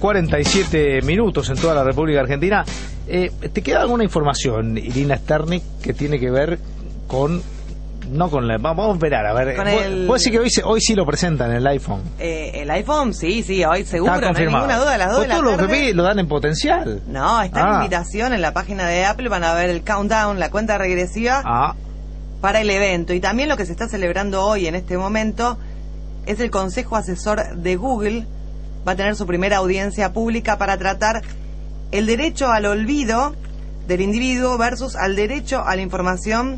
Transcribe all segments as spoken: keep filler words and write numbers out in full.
cuarenta y siete minutos en toda la República Argentina. Eh, ¿Te queda alguna información, Irina Sternik, que tiene que ver con... No con la... Vamos a esperar, a ver. Con ¿Vos, el... vos decís que hoy, se, hoy sí lo presentan en el iPhone? Eh, el iPhone, sí, sí, hoy seguro, Está no hay ninguna duda, a las dos de la todos tarde. los P P lo dan en potencial. No, está ah. en invitación en la página de Apple, van a ver el countdown, la cuenta regresiva ah. para el evento. Y también lo que se está celebrando hoy en este momento es el Consejo Asesor de Google. Va a tener su primera audiencia pública para tratar el derecho al olvido del individuo versus al derecho a la información,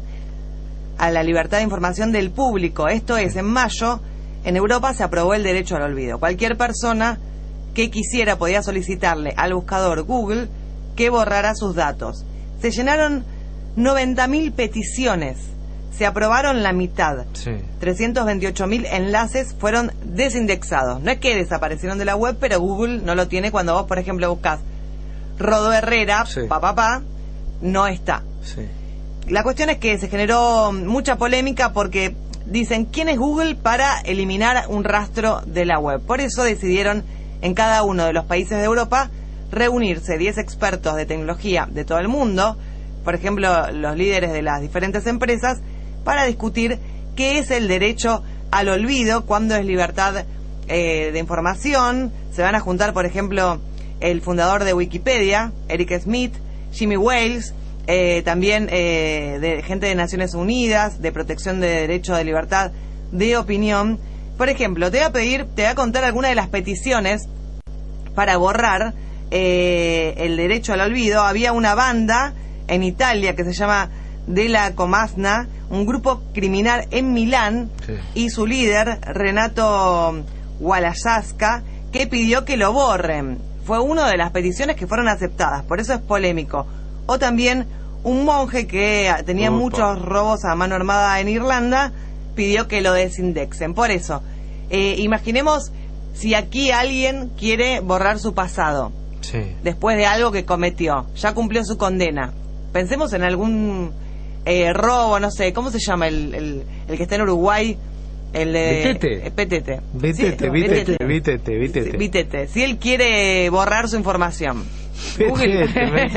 a la libertad de información del público. Esto es, en mayo, en Europa se aprobó el derecho al olvido. Cualquier persona que quisiera podía solicitarle al buscador Google que borrara sus datos. Se llenaron noventa mil peticiones, se aprobaron la mitad. Sí. trescientos veintiocho mil enlaces fueron desindexados. No es que desaparecieron de la web, pero Google no lo tiene cuando vos, por ejemplo, buscas Rodó Herrera, sí. pa, pa, pa, no está. Sí. La cuestión es que se generó mucha polémica porque dicen, ¿quién es Google para eliminar un rastro de la web? Por eso decidieron en cada uno de los países de Europa reunirse diez expertos de tecnología de todo el mundo, por ejemplo, los líderes de las diferentes empresas, para discutir qué es el derecho al olvido, cuándo es libertad eh, de información. Se van a juntar, por ejemplo, el fundador de Wikipedia, Eric Smith, Jimmy Wales, Eh, también eh, de gente de Naciones Unidas, de protección de derecho de libertad de opinión. Por ejemplo, te voy a pedir, te voy a contar algunas de las peticiones para borrar eh, el derecho al olvido. Había una banda en Italia que se llama De la Comasna, un grupo criminal en Milán, sí. y su líder, Renato Walasasca, que pidió que lo borren. Fue una de las peticiones que fueron aceptadas, por eso es polémico. O también un monje que tenía Opa. muchos robos a mano armada en Irlanda pidió que lo desindexen. Por eso, eh, imaginemos si aquí alguien quiere borrar su pasado, sí. después de algo que cometió, ya cumplió su condena. Pensemos en algún eh, robo, no sé, ¿cómo se llama el, el, el que está en Uruguay? El de... Vitete. Eh, Petete. Vitete, sí, Vitete, Vitete, Vitete. Sí, Vitete. Si él quiere borrar su información, Google...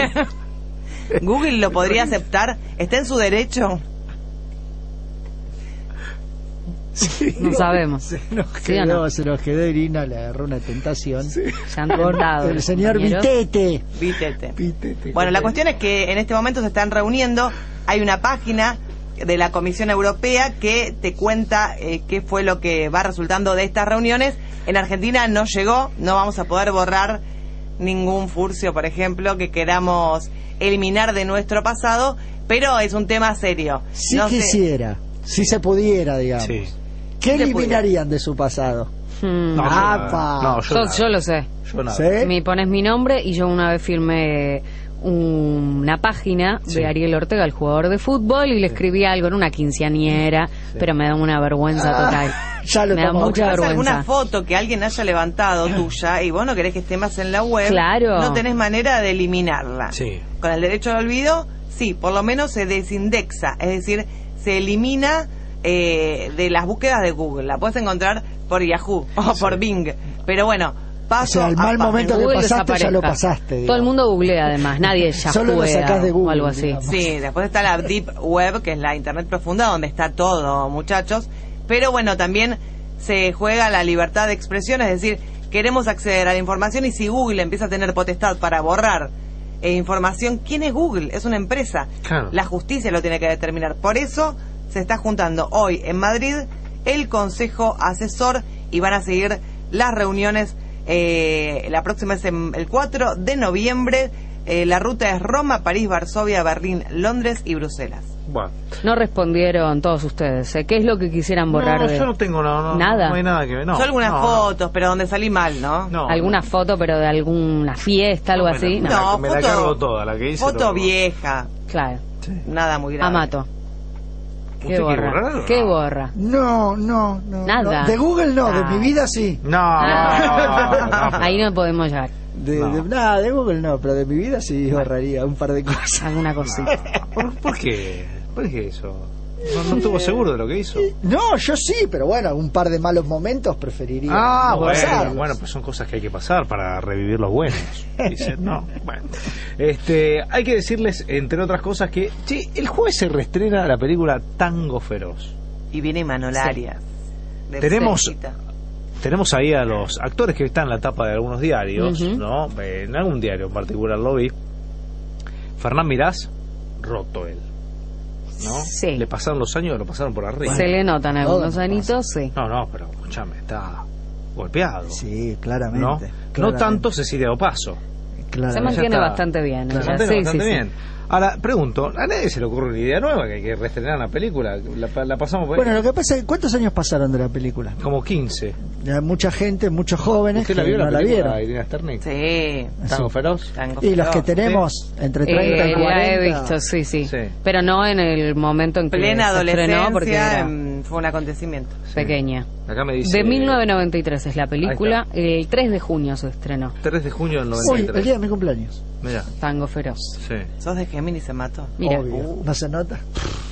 Google lo podría aceptar, está en su derecho. Sí, no sabemos. Se nos ¿Sí quedó, no? se nos quedó Irina, le agarró una tentación. Sí. Se han tentado, el señor compañeros. Vitete. Vitete. Vitete. Bueno, la cuestión es que en este momento se están reuniendo. Hay una página de la Comisión Europea que te cuenta eh, qué fue lo que va resultando de estas reuniones. En Argentina no llegó, no vamos a poder borrar ningún furcio, por ejemplo, que queramos eliminar de nuestro pasado, pero es un tema serio. Si no quisiera, sé... si se pudiera, digamos. Sí. ¿Qué se eliminarían pudiera? de su pasado? Hmm. No, ¡Apa! no, yo, yo, yo lo sé. Yo nada. ¿Sí? Me pones mi nombre y yo una vez firmé una página sí. de Ariel Ortega, el jugador de fútbol, y le escribí algo en una quinceañera, sí. pero me da una vergüenza ah, total. Ya lo me da mucha vergüenza. Alguna foto que alguien haya levantado tuya y vos no querés que esté más en la web, claro. no tenés manera de eliminarla. Sí. Con el derecho al olvido, sí, por lo menos se desindexa, es decir, se elimina eh, de las búsquedas de Google. La puedes encontrar por Yahoo o sí. por Bing, pero bueno, paso o sea, el mal a paso. momento que Google pasaste ya lo desaparezca. pasaste, digamos. Todo el mundo googlea, además, nadie ya Solo lo sacás de Google, o algo así. digamos. Sí, después está la Deep Web, que es la Internet profunda, donde está todo, muchachos. Pero bueno, también se juega la libertad de expresión, es decir, queremos acceder a la información y si Google empieza a tener potestad para borrar eh, información, ¿quién es Google? Es una empresa. Claro. La justicia lo tiene que determinar. Por eso se está juntando hoy en Madrid el Consejo Asesor y van a seguir las reuniones. Eh, la próxima es en el cuatro de noviembre. Eh, la ruta es Roma, París, Varsovia, Berlín, Londres y Bruselas. Bueno. No respondieron todos ustedes. ¿eh? ¿Qué es lo que quisieran borrar? No, de... yo no tengo no, no, nada. No hay nada que ver. No, Yo algunas no, fotos, pero donde salí mal, ¿no? No. ¿Alguna foto, pero de alguna fiesta, algo No, me así? la- No. No, me la foto, cargo toda, la que hice foto todo. vieja, Claro. Sí. nada muy grave. Amato. ¿Usted ¿Qué quiere borra? borrar? ¿Qué borra? No, no, no. Nada. no. De Google no, de Ah. mi vida sí. No, Ah. no, no. Ahí no podemos llegar. De, No. de- nada, de Google no, pero de mi vida sí borraría un par de cosas. Alguna cosita. ¿Por, por qué? ¿Por qué eso? No, no estuvo seguro de lo que hizo. No, yo sí, pero bueno, un par de malos momentos preferiría Ah, no bueno, pasarlos. bueno, pues son cosas que hay que pasar para revivir los buenos. Dicen, no, bueno. Este, hay que decirles, entre otras cosas, que che, el jueves se reestrena la película Tango Feroz. Y viene Imanol Arias. de Tenemos- cerquita. Tenemos ahí a los actores que están en la tapa de algunos diarios, Ujú. ¿no? Eh, En algún diario en particular lo vi. Fernán Mirás, roto él, ¿no? Sí. Le pasaron los años, lo pasaron por arriba. Se le notan algunos todo anitos, sí. No, no, pero escúchame, está golpeado. Sí, claramente. ¿No? No claramente, tanto Cecilia Opaso. claramente. Se mantiene está. bastante bien. Se ella. mantiene Sí, bastante sí, sí. bien. Ahora, pregunto, a nadie se le ocurre una idea nueva que hay que reestrenar la película. La, la pasamos por Bueno, lo que pasa es que ¿cuántos años pasaron de la película? como quince. Hay mucha gente, muchos jóvenes que ¿Usted la vio no la la película, vieron. Irina Sternik? Sí. Tango Feroz. Tango Y los que Feroz. tenemos entre treinta Eh, y la cuarenta. he visto, sí, sí, Sí. Pero no en el momento en que Plena se estrenó porque adolescencia, era em, fue un acontecimiento. Sí. pequeña. Acá me dice... De mil novecientos noventa y tres es la película. El tres de junio se estrenó. tres de junio del Uy, noventa y el tres. día de mi cumpleaños. Mira, Tango Feroz. sí. ¿Sos de Géminis se mató? Mira, Obvio. ¿No se nota?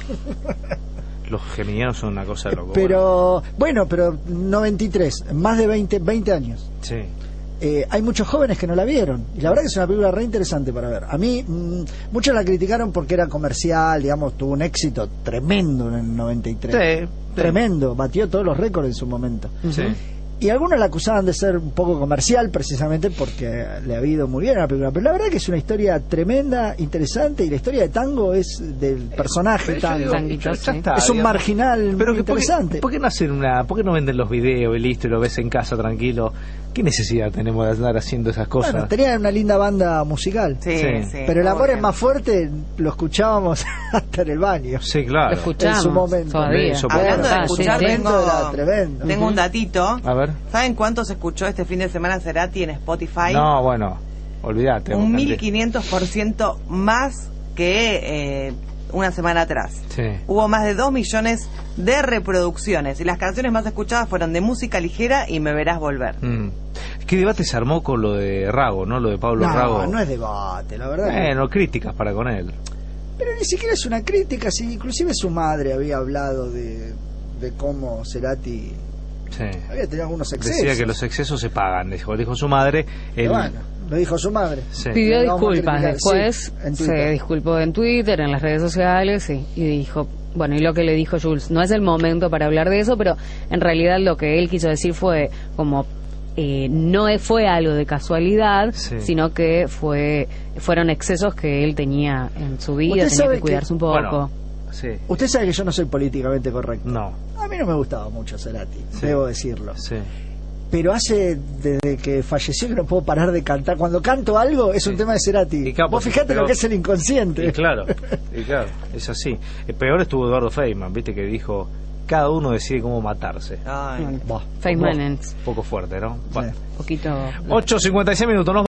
Los geminianos son una cosa de loco. Pero, bueno, pero noventa y tres, más de veinte, veinte años. Sí. Eh, hay muchos jóvenes que no la vieron. Y la verdad que es una película re interesante para ver. A mí, mmm, muchos la criticaron porque era comercial, digamos, tuvo un éxito tremendo en el noventa y tres. Sí, Tremendo, batió todos los récords en su momento. sí. Y algunos la acusaban de ser un poco comercial precisamente porque le ha ido muy bien a la película. Pero la verdad que es una historia tremenda, interesante, y la historia de Tango es del personaje Yo Tango. digo, Tanguito, ya- ya sí. está, Es un digamos. marginal Pero muy que, ¿por, interesante. qué, ¿por qué no hacen una, por qué no venden los videos y listo y lo ves en casa tranquilo? ¿Qué necesidad tenemos de andar haciendo esas cosas? Bueno, tenía una linda banda musical. Sí, Sí. sí. Pero el amor obvio. es más fuerte, lo escuchábamos hasta en el baño. Sí, claro. lo escuchamos en su momento. todavía. Eso, Hablando de Ah, sí, escuchar, sí. tengo, Era tremendo. tengo un datito. A ver. ¿Saben cuánto se escuchó este fin de semana Cerati en Spotify? No, bueno, olvídate. Un Andrés. mil quinientos por ciento más que eh, una semana atrás. Sí. Hubo más de dos millones de reproducciones y las canciones más escuchadas fueron de música ligera y Me Verás Volver. Mm. ¿Qué debate se armó con lo de Rago, no? Lo de Pablo No, Rago. no es debate, la verdad. que- Bueno, críticas para con él. Pero ni siquiera es una crítica, si inclusive su madre había hablado de, de cómo Cerati Sí. había tenido algunos excesos. Decía que los excesos se pagan, dijo, dijo su madre. Pero Él, bueno, lo dijo su madre. sí. Pidió Lo vamos a disculpas criticar. después, Sí, en se Twitter. disculpó en Twitter, en las redes sociales, sí, y dijo, bueno, y lo que le dijo Jules, no es el momento para hablar de eso, pero en realidad lo que él quiso decir fue como eh, no e- fue algo de casualidad, Sí. sino que fue fueron excesos que él tenía en su vida, Usted tenía sabe que que- cuidarse un poco. Bueno, sí. Usted sabe que yo no soy políticamente correcto. No, A mí no me gustaba mucho Cerati, Sí. debo decirlo. sí. Pero hace, desde que falleció, que no puedo parar de cantar. Cuando canto algo, es un Sí. tema de Cerati. Y claro, Vos porque- fijate pero- lo que es el inconsciente. Y claro, y claro, es así. El peor estuvo Eduardo Feynman, viste, que dijo, cada uno decide cómo matarse. Ay. Buah. Feynman, Un poco fuerte, ¿no? Bueno. poquito... ocho cincuenta y seis minutos, ¿no?